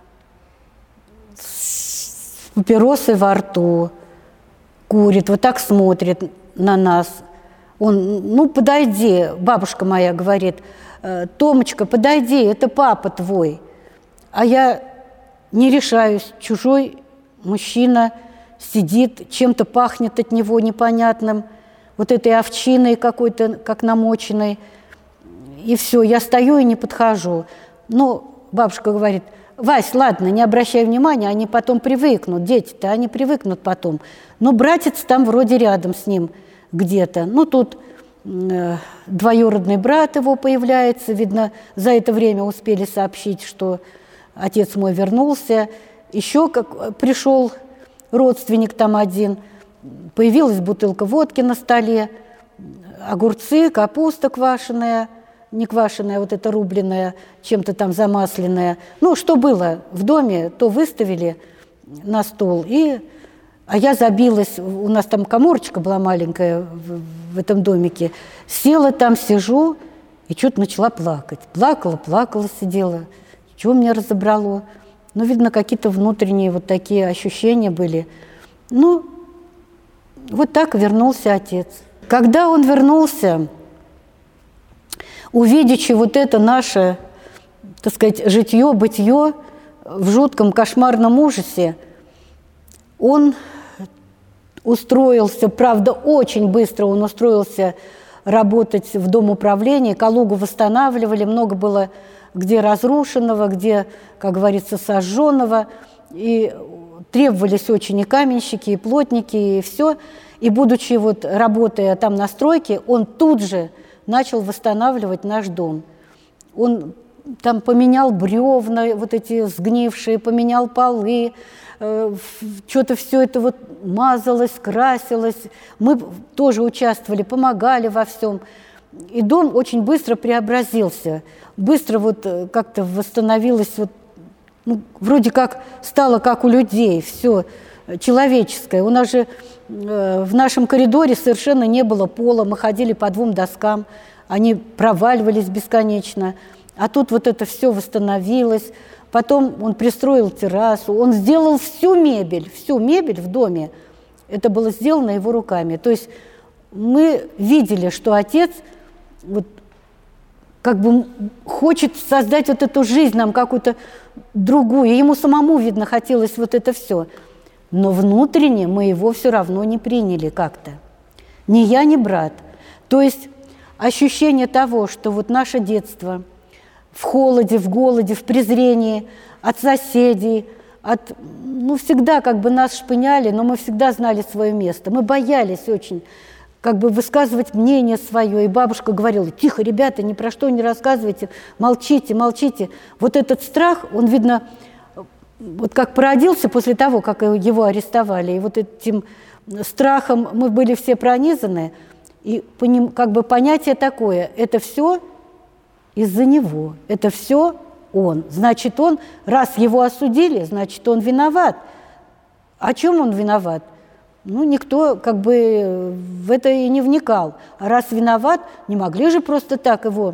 с папиросой во рту, курит, вот так смотрит на нас. Он, ну, подойди, бабушка моя говорит, Томочка, подойди, это папа твой. А я не решаюсь, чужой мужчина сидит, чем-то пахнет от него непонятным, вот этой овчиной какой-то, как намоченной. И все, я стою и не подхожу. Ну, бабушка говорит, Вась, ладно, не обращай внимания, они потом привыкнут, дети-то, они привыкнут потом. Но братец там вроде рядом с ним где-то. Ну, тут двоюродный брат его появляется, видно, за это время успели сообщить, что отец мой вернулся. Еще как пришел родственник там один, появилась бутылка водки на столе, огурцы, капуста квашеная, не квашеная, вот эта рубленая, чем-то там замасленная. Ну, что было в доме, то выставили на стол. А я забилась, у нас там каморочка была маленькая в этом домике. Села там, сижу, и что-то начала плакать. Плакала, сидела. Чего меня разобрало? Ну, видно, какие-то внутренние вот такие ощущения были. Ну, вот так вернулся отец. Когда он вернулся, увидячи вот это наше, так сказать, житье-бытье в жутком кошмарном ужасе, он устроился, правда, очень быстро он устроился работать в Дом управления, Калугу восстанавливали, много было где разрушенного, где, как говорится, сожженного, и требовались очень и каменщики, и плотники, и все. И будучи вот работая там на стройке, он тут же начал восстанавливать наш дом. Он там поменял бревна, вот эти сгнившие, поменял полы, что-то все это вот мазалось, красилось. Мы тоже участвовали, помогали во всем. И дом очень быстро преобразился, быстро вот как-то восстановилось, вот, ну, вроде как стало как у людей, все человеческое. У нас же в нашем коридоре совершенно не было пола, мы ходили по 2 доскам, они проваливались бесконечно, а тут вот это все восстановилось. Потом он пристроил террасу, он сделал всю мебель в доме, это было сделано его руками. То есть мы видели, что отец вот как бы хочет создать вот эту жизнь нам какую-то другую. Ему самому, видно, хотелось вот это все. Но внутренне мы его все равно не приняли как-то. Ни я, ни брат. То есть ощущение того, что вот наше детство в холоде, в голоде, в презрении от соседей, ну, всегда как бы нас шпыняли, но мы всегда знали свое место. Мы боялись очень как бы высказывать мнение свое. И бабушка говорила, тихо, ребята, ни про что не рассказывайте, молчите, молчите. Вот этот страх, он, видно, вот как породился после того, как его арестовали. И вот этим страхом мы были все пронизаны. И как бы понятие такое, это все из-за него, это все он. Значит, он, раз его осудили, значит, он виноват. О чем он виноват? Ну, никто как бы в это и не вникал. А раз виноват, не могли же просто так его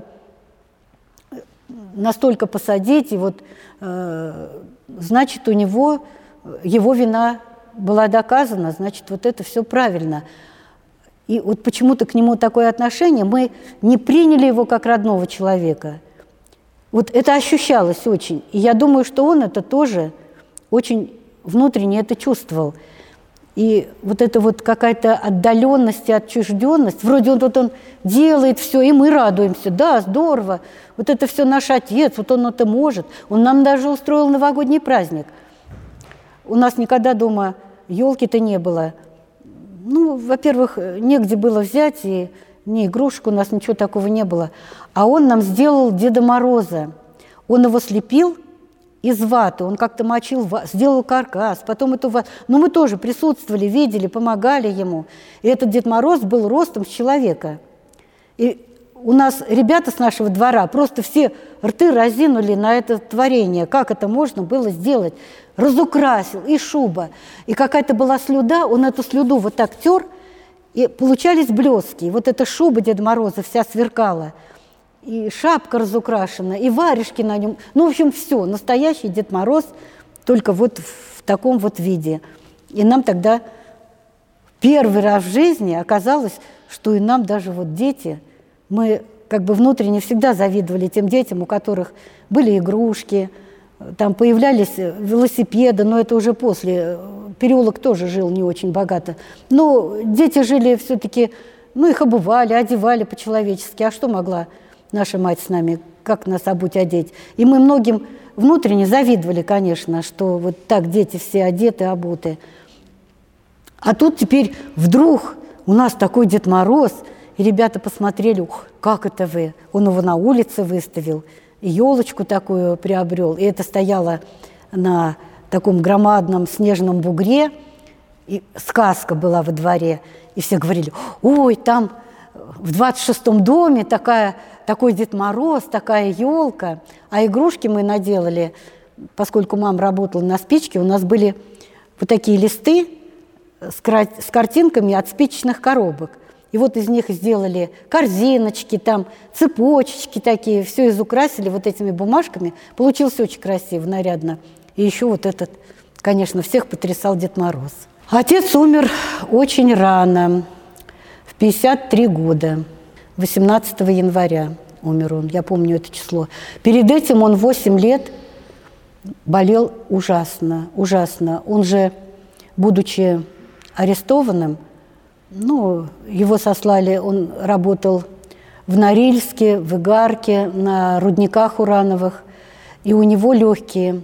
настолько посадить. И вот, значит, у него его вина была доказана, значит, вот это все правильно. И вот почему-то к нему такое отношение, мы не приняли его как родного человека. Вот это ощущалось очень. И я думаю, что он это тоже очень внутренне это чувствовал. И вот это вот какая-то отдаленность и отчужденность, вроде он делает все, и мы радуемся, да, здорово, вот это все наш отец, вот он это может. Он нам даже устроил новогодний праздник. У нас никогда дома елки-то не было. Ну, во-первых, негде было взять, и ни игрушек у нас, ничего такого не было. А он нам сделал Деда Мороза. Он его слепил из ваты, он как-то мочил, сделал каркас, потом эту вату. Но мы тоже присутствовали, видели, помогали ему. И этот Дед Мороз был ростом с человека. И у нас ребята с нашего двора просто все рты разинули на это творение. Как это можно было сделать? Разукрасил, и шуба. И какая-то была слюда, он эту слюду вот так тер, и получались блески. И вот эта шуба Деда Мороза вся сверкала. И шапка разукрашена, и варежки на нем. Ну, в общем, все. Настоящий Дед Мороз, только вот в таком вот виде. И нам тогда первый раз в жизни оказалось, что и нам даже вот дети, мы как бы внутренне всегда завидовали тем детям, у которых были игрушки, там появлялись велосипеды, но это уже после. Переулок тоже жил не очень богато. Но дети жили все-таки, ну, их обували, одевали по-человечески. А что могла наша мать с нами, как нас обуть, одеть? И мы многим внутренне завидовали, конечно, что вот так дети все одеты, обуты. А тут теперь вдруг у нас такой Дед Мороз, и ребята посмотрели, ух, как это вы? Он его на улице выставил, и елочку такую приобрел. И это стояло на таком громадном снежном бугре, и сказка была во дворе. И все говорили, ой, там в 26-м доме такой Дед Мороз, такая елка. А игрушки мы наделали, поскольку мама работала на спичке, у нас были вот такие листы с картинками от спичечных коробок. И вот из них сделали корзиночки, там цепочечки такие, все изукрасили вот этими бумажками. Получилось очень красиво, нарядно. И еще вот этот, конечно, всех потрясал Дед Мороз. Отец умер очень рано, в 53 года, 18 января умер он, я помню это число. Перед этим он 8 лет болел ужасно, ужасно. Он же, будучи арестованным, ну, его сослали, он работал в Норильске, в Игарке, на рудниках урановых, и у него легкие,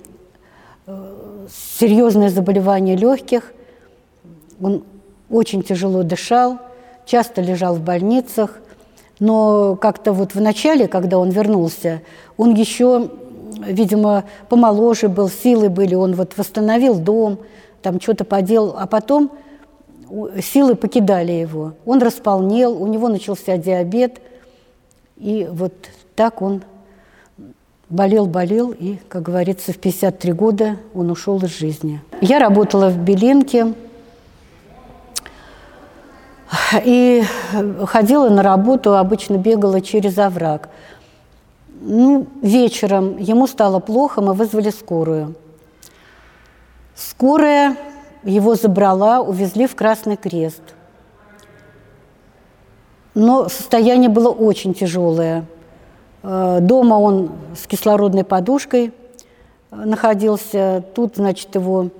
серьезное заболевание легких, он очень тяжело дышал, часто лежал в больницах, но как-то вот в начале, когда он вернулся, он еще, видимо, помоложе был, силы были, он вот восстановил дом, там что-то поделал, а потом силы покидали его. Он располнел, у него начался диабет, и вот так он болел, и, как говорится, в 53 года он ушел из жизни. Я работала в Белинке и ходила на работу, обычно бегала через овраг. Ну, вечером ему стало плохо, мы вызвали скорую. Скорая его забрала, увезли в Красный Крест. Но состояние было очень тяжелое. Дома он с кислородной подушкой находился. Тут, значит, его,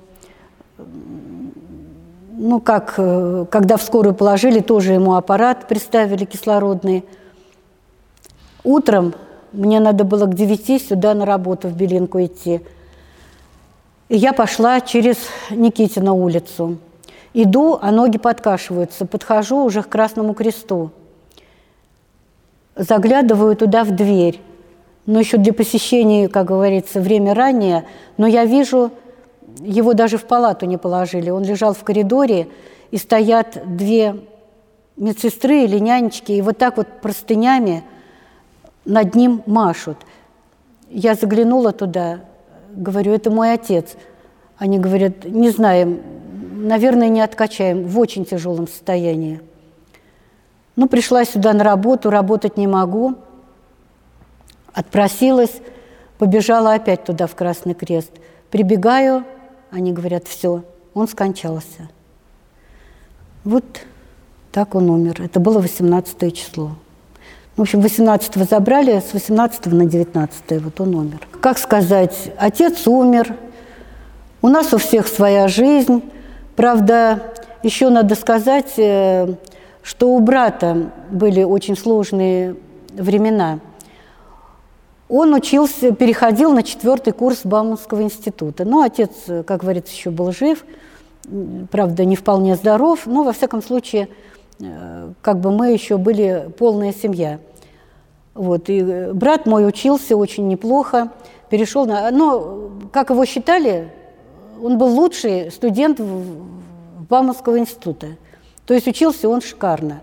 ну, как, когда в скорую положили, тоже ему аппарат приставили кислородный. Утром мне надо было к 9 сюда на работу в Белинку идти. И я пошла через Никитину улицу. Иду, а ноги подкашиваются. Подхожу уже к Красному Кресту. Заглядываю туда в дверь. Но еще для посещения, как говорится, время раннее. Но я вижу, его даже в палату не положили. Он лежал в коридоре, и стоят 2 медсестры или нянечки, и вот так вот простынями над ним машут. Я заглянула туда, говорю, это мой отец. Они говорят, не знаем, наверное, не откачаем, в очень тяжелом состоянии. Ну, пришла сюда на работу, работать не могу. Отпросилась, побежала опять туда, в Красный Крест. Прибегаю, они говорят, все, он скончался. Вот так он умер. Это было 18 число. В общем, 18-го забрали, с 18 на 19 вот он умер. Как сказать, отец умер, у нас у всех своя жизнь. Правда, еще надо сказать, что у брата были очень сложные времена. Он учился, переходил на 4-й курс Бауманского института. Но отец, как говорится, еще был жив, правда, не вполне здоров, но, во всяком случае, как бы мы еще были полная семья. Вот. И брат мой учился очень неплохо, перешел на... Но, как его считали, он был лучший студент Бауманского института. То есть учился он шикарно.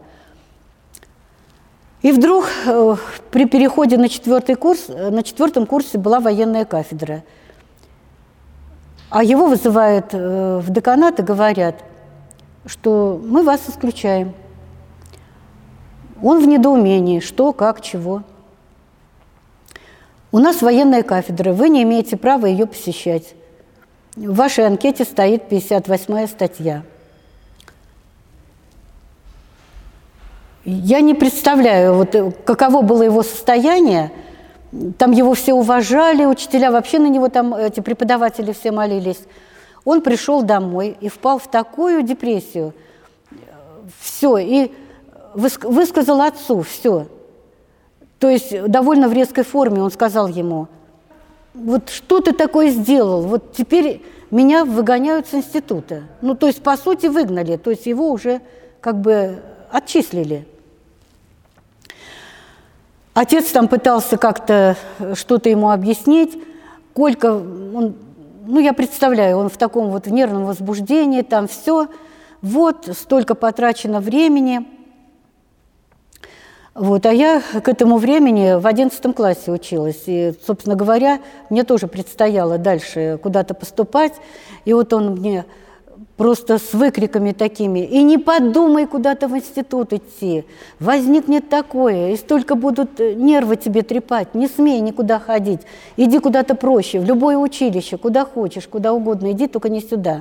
И вдруг при переходе на 4-й курс, на 4-м курсе была военная кафедра. А его вызывают в деканат и говорят, что мы вас исключаем. Он в недоумении, что, как, чего. У нас военная кафедра, вы не имеете права ее посещать. В вашей анкете стоит 58-я статья. Я не представляю, вот, каково было его состояние. Там его все уважали, учителя вообще на него, там эти преподаватели все молились. Он пришел домой и впал в такую депрессию. Все, и высказал отцу все. То есть довольно в резкой форме он сказал ему: вот что ты такое сделал? Вот теперь меня выгоняют с института. Ну, то есть, по сути, выгнали, то есть его уже как бы отчислили. Отец там пытался как-то что-то ему объяснить. Колька, он, ну, я представляю, он в таком вот нервном возбуждении, там все. Вот, столько потрачено времени. Вот, а я к этому времени в 11 классе училась. И, собственно говоря, мне тоже предстояло дальше куда-то поступать. И вот он мне просто с выкриками такими: «И не подумай куда-то в институт идти, возникнет такое, и столько будут нервы тебе трепать, не смей никуда ходить, иди куда-то проще, в любое училище, куда хочешь, куда угодно, иди, только не сюда».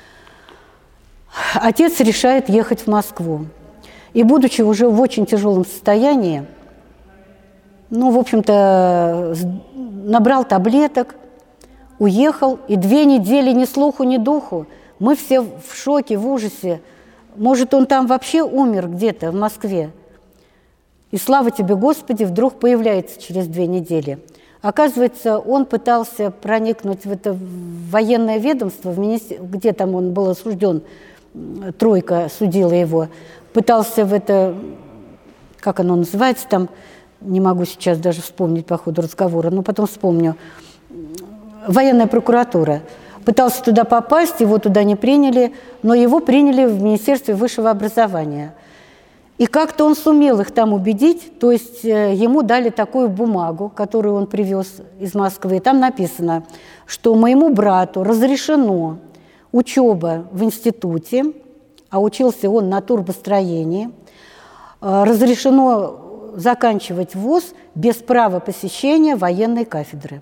Отец решает ехать в Москву. И, будучи уже в очень тяжелом состоянии, ну, в общем-то, набрал таблеток, уехал, и 2 недели ни слуху, ни духу. Мы все в шоке, в ужасе. Может, он там вообще умер где-то в Москве. И слава тебе, Господи, вдруг появляется через 2 недели. Оказывается, он пытался проникнуть в это военное ведомство, где там он был осужден, тройка судила его, пытался в это, как оно называется там, не могу сейчас даже вспомнить по ходу разговора, но потом вспомню, военная прокуратура. Пытался туда попасть, его туда не приняли, но его приняли в Министерстве высшего образования. И как-то он сумел их там убедить, то есть ему дали такую бумагу, которую он привез из Москвы, и там написано, что моему брату разрешено учеба в институте, а учился он на турбостроении, разрешено заканчивать вуз без права посещения военной кафедры.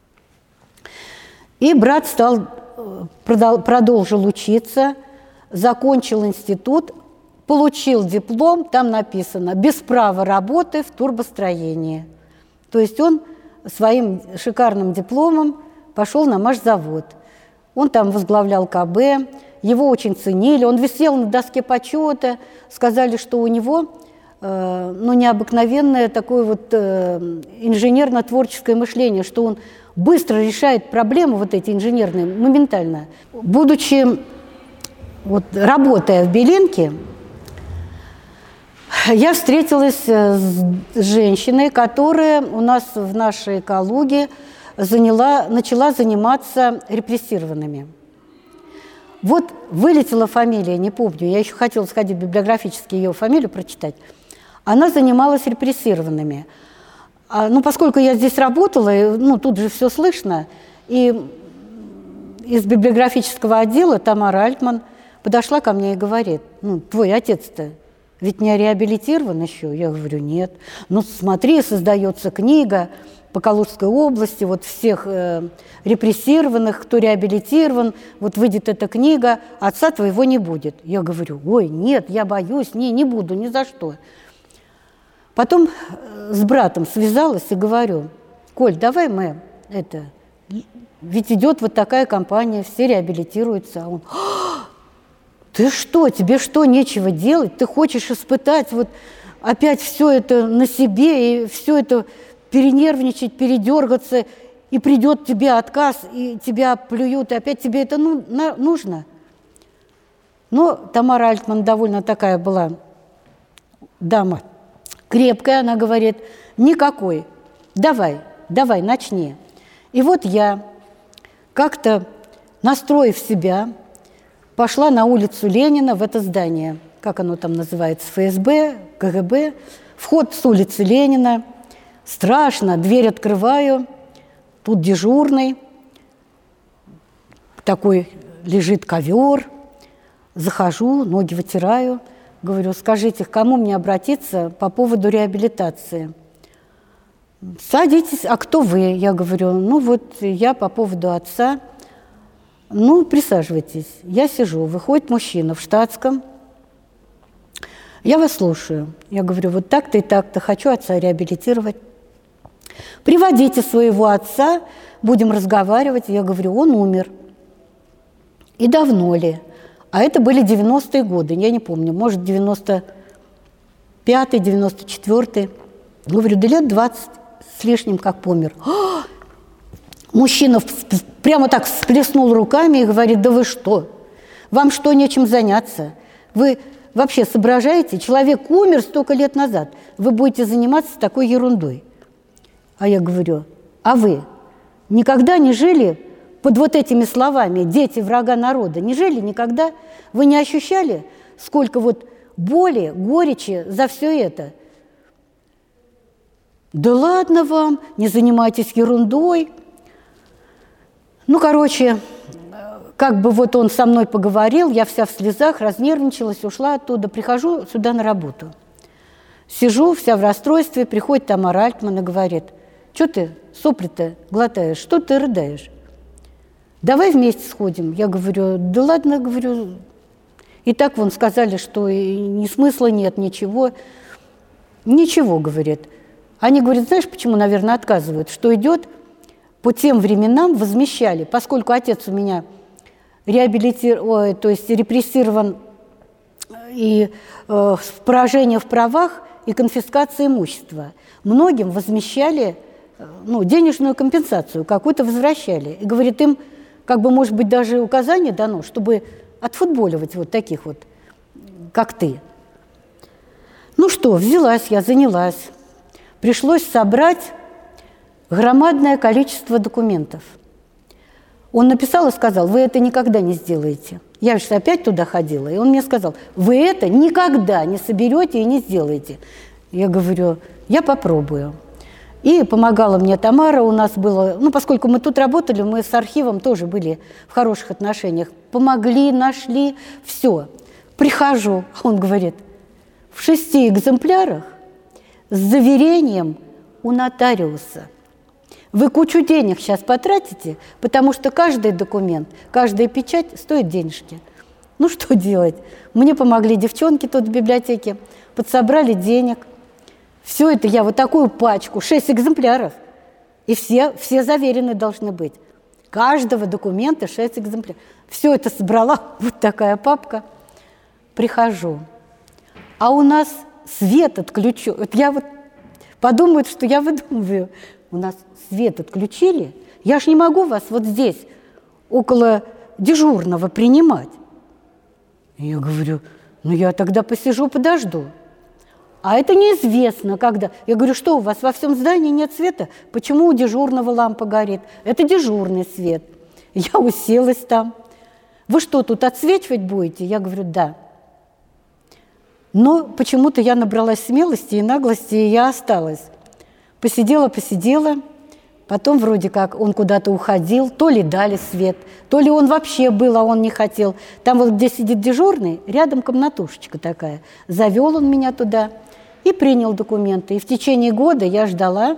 И брат продолжил учиться, закончил институт, получил диплом, там написано «без права работы в турбостроении». То есть он своим шикарным дипломом пошел на машзавод. Он там возглавлял КБ, его очень ценили, он висел на доске почета, сказали, что у него необыкновенное такое вот инженерно-творческое мышление, что он быстро решает проблемы вот эти инженерные, моментально. Будучи, вот, работая в Белинке, я встретилась с женщиной, которая у нас в нашей Калуге начала заниматься репрессированными. Вот вылетела фамилия, не помню, я еще хотела сходить в библиографически ее фамилию прочитать. Она занималась репрессированными. Поскольку я здесь работала, тут же все слышно, и из библиографического отдела Тамара Альтман подошла ко мне и говорит: твой отец-то ведь не реабилитирован еще? Я говорю: нет. Смотри, создается книга по Калужской области, вот всех репрессированных, кто реабилитирован, вот выйдет эта книга, отца твоего не будет. Я говорю: ой, нет, я боюсь, не буду, ни за что. Потом с братом связалась и говорю: Коль, давай мы ведь идет вот такая кампания, все реабилитируются. А он: ты что, тебе что, нечего делать? Ты хочешь испытать вот опять все это на себе и все это перенервничать, передергаться, и придет тебе отказ, и тебя плюют, и опять тебе это нужно? Но Тамара Альтман довольно такая была дама крепкая, она говорит: никакой, давай, начни. И вот я, как-то настроив себя, пошла на улицу Ленина в это здание, как оно там называется, ФСБ, КГБ, вход с улицы Ленина, страшно, дверь открываю, тут дежурный, такой лежит ковер, захожу, ноги вытираю, говорю: скажите, к кому мне обратиться по поводу реабилитации? Садитесь, а кто вы? Я говорю: я по поводу отца. Присаживайтесь. Я сижу, выходит мужчина в штатском, Я вас слушаю. Я говорю, вот так-то и так-то, хочу отца реабилитировать. Приводите своего отца, будем разговаривать. Я говорю, он умер. И давно ли? А это были 90-е годы, я не помню, может, 95-й, 94-й. Говорю, да лет 20 с лишним, как помер. Мужчина прямо так всплеснул руками и говорит, да вы что? Вам что, нечем заняться? Вы вообще соображаете? Человек умер столько лет назад. Вы будете заниматься такой ерундой. А я говорю, а вы никогда не жили под вот этими словами «дети врага народа»? Не жили никогда? Вы не ощущали, сколько вот боли, горечи за все это? Да ладно вам, не занимайтесь ерундой. Ну, короче, как бы вот он со мной поговорил, я вся в слезах, разнервничалась, ушла оттуда. Прихожу сюда на работу. Сижу вся в расстройстве, приходит Тамара Альтман и говорит, что ты сопли-то глотаешь, что ты рыдаешь? Давай вместе сходим. Я говорю, да ладно, говорю. И так вон сказали, что и ни смысла нет, ничего. Ничего, говорит. Они говорят, знаешь, почему, наверное, отказывают? Что идет по тем временам возмещали, поскольку отец у меня то есть репрессирован и поражение в правах и конфискация имущества. Многим возмещали денежную компенсацию, какую-то возвращали. И, говорит, им, как бы, может быть, даже указание дано, чтобы отфутболивать вот таких вот, как ты. Ну что, взялась я, занялась. Пришлось собрать громадное количество документов. Он написал и сказал, вы это никогда не сделаете. Я же опять туда ходила, и он мне сказал, вы это никогда не соберете и не сделаете. Я говорю, я попробую. И помогала мне Тамара, у нас было, поскольку мы тут работали, мы с архивом тоже были в хороших отношениях. Помогли, нашли, все. Прихожу, он говорит, в 6 экземплярах с заверением у нотариуса. Вы кучу денег сейчас потратите, потому что каждый документ, каждая печать стоит денежки. Ну, что делать? Мне помогли девчонки тут в библиотеке, подсобрали денег. Все это я вот такую пачку, 6 экземпляров, и все заверены должны быть. Каждого документа 6 экземпляров. Все это собрала, вот такая папка. Прихожу, а у нас свет отключен. Вот я вот подумают, что я выдумываю. У нас свет отключили. Я ж не могу вас вот здесь, около дежурного, принимать. И я говорю, я тогда посижу, подожду. А это неизвестно, когда. Я говорю, что у вас во всем здании нет света? Почему у дежурного лампа горит? Это дежурный свет. Я уселась там. Вы что, тут отсвечивать будете? Я говорю, да. Но почему-то я набралась смелости и наглости, и я осталась. Посидела, потом вроде как он куда-то уходил, то ли дали свет, то ли он вообще был, а он не хотел. Там вот, где сидит дежурный, рядом комнатушечка такая. Завел он меня туда и принял документы. И в течение года я ждала,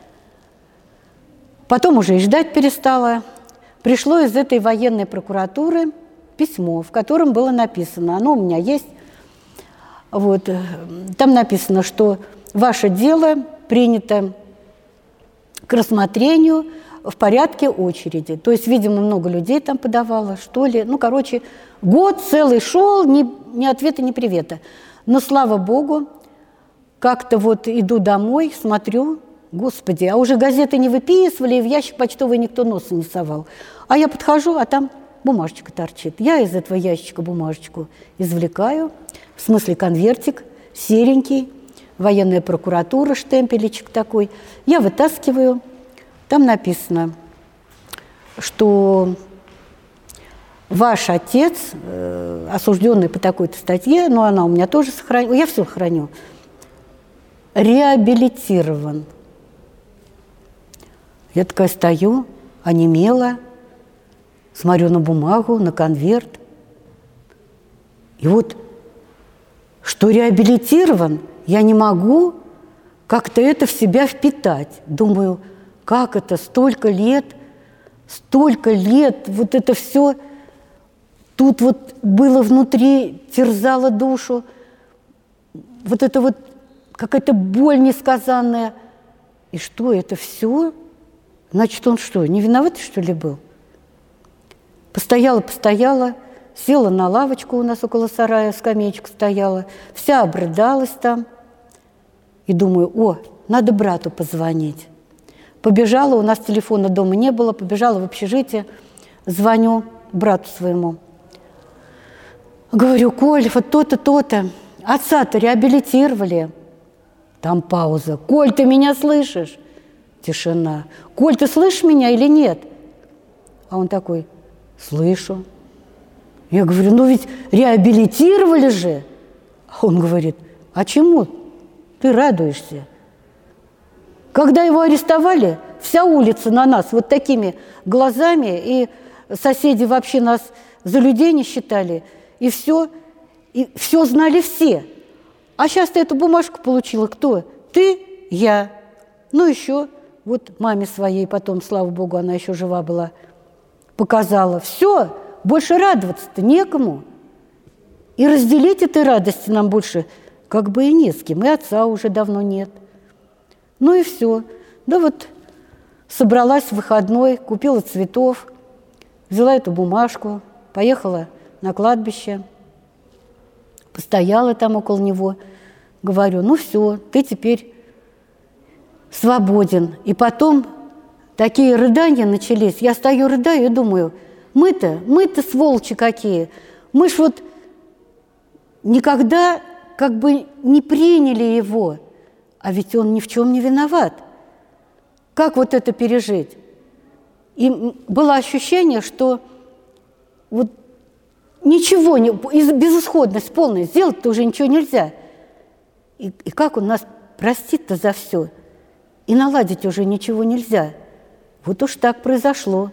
потом уже и ждать перестала. Пришло из этой военной прокуратуры письмо, в котором было написано, оно у меня есть, вот, там написано, что ваше дело принято к рассмотрению в порядке очереди. То есть, видимо, много людей там подавало, что ли. Год целый шел, ни ответа, ни привета. Но, слава Богу, как-то вот иду домой, смотрю, господи, а уже газеты не выписывали, и в ящик почтовый никто носа не совал. А я подхожу, а там бумажечка торчит. Я из этого ящика бумажечку извлекаю, в смысле конвертик, серенький, военная прокуратура, штемпелечек такой. Я вытаскиваю, там написано, что ваш отец, осужденный по такой-то статье, она у меня тоже сохранила, я все храню, реабилитирован. Я такая стою, онемела, смотрю на бумагу, на конверт. И вот, что реабилитирован, я не могу как-то это в себя впитать. Думаю, как это, столько лет, вот это все тут вот было внутри, терзало душу. вот это вот какая-то боль несказанная. И что, это все? Значит, он что, не виноват, что ли, был? Постояла, села на лавочку у нас около сарая, скамеечка стояла, вся обрыдалась там. И думаю, о, надо брату позвонить. Побежала, у нас телефона дома не было, побежала в общежитие, звоню брату своему. Говорю, Коль, вот то-то, то-то, отца-то реабилитировали. Там пауза. Коль, ты меня слышишь? Тишина. Коль, ты слышишь меня или нет? А он такой, слышу. Я говорю, ну ведь реабилитировали же. А он говорит, а чему ты радуешься? Когда его арестовали, вся улица на нас вот такими глазами, и соседи вообще нас за людей не считали, и все знали все. А сейчас ты эту бумажку получила кто? Ты, я. Ну еще вот маме своей потом, слава богу, она еще жива была, показала. Все, больше радоваться-то некому. И разделить этой радости нам больше как бы и не с кем, и отца уже давно нет. Ну и все. Да вот собралась в выходной, купила цветов, взяла эту бумажку, поехала на кладбище, постояла там около него, говорю, ну все, ты теперь свободен. И потом такие рыдания начались. Я стою, рыдаю и думаю, мы-то сволочи какие. Мы ж вот никогда как бы не приняли его, а ведь он ни в чем не виноват. Как вот это пережить? И было ощущение, что вот ничего, безысходность полная, сделать-то уже ничего нельзя. И как он нас простит-то за все? И наладить уже ничего нельзя. Вот уж так произошло.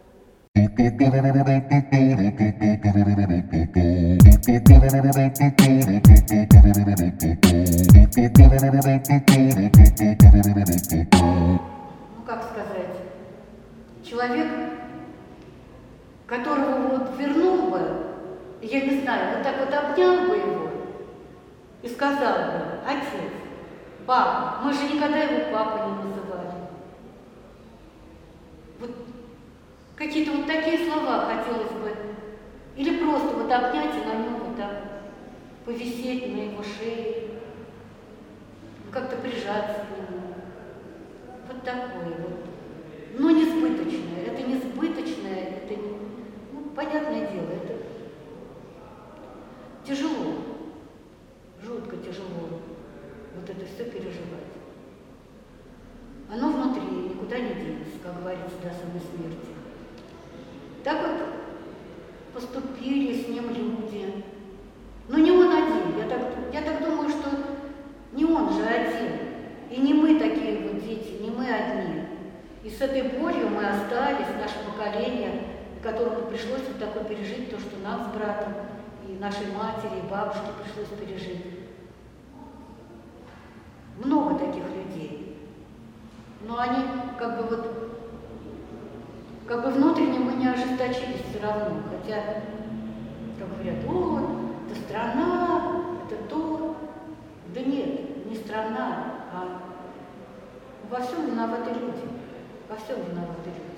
Как сказать, человек, которого вот вернул бы, я не знаю, вот так вот обнял бы его и сказал бы, отец, папа, мы же никогда его папой не называли. Вот какие-то вот такие слова хотелось бы, или просто вот обнять и на нем вот так повисеть на его шее, как-то прижаться к нему. Вот такое вот. Но несбыточное. Это несбыточное, это не... Ну, понятное дело, это тяжело, жутко тяжело вот это все переживать. Оно внутри, никуда не денется, как говорится, до самой смерти. Так вот поступили с ним люди. Но не он один. Я так думаю, что не он же один. И не мы такие вот дети, не мы одни. И с этой болью мы остались, наше поколение, которому пришлось вот такое пережить, то, что нам с братом, и нашей матери, и бабушке пришлось пережить. Много таких людей. Но они как бы вот, как бы внутренне мы не ожесточились все равно. Хотя, как говорят, вот, это страна, это то. Да нет, не страна, а во всем виноваты люди. Во всем виноваты люди.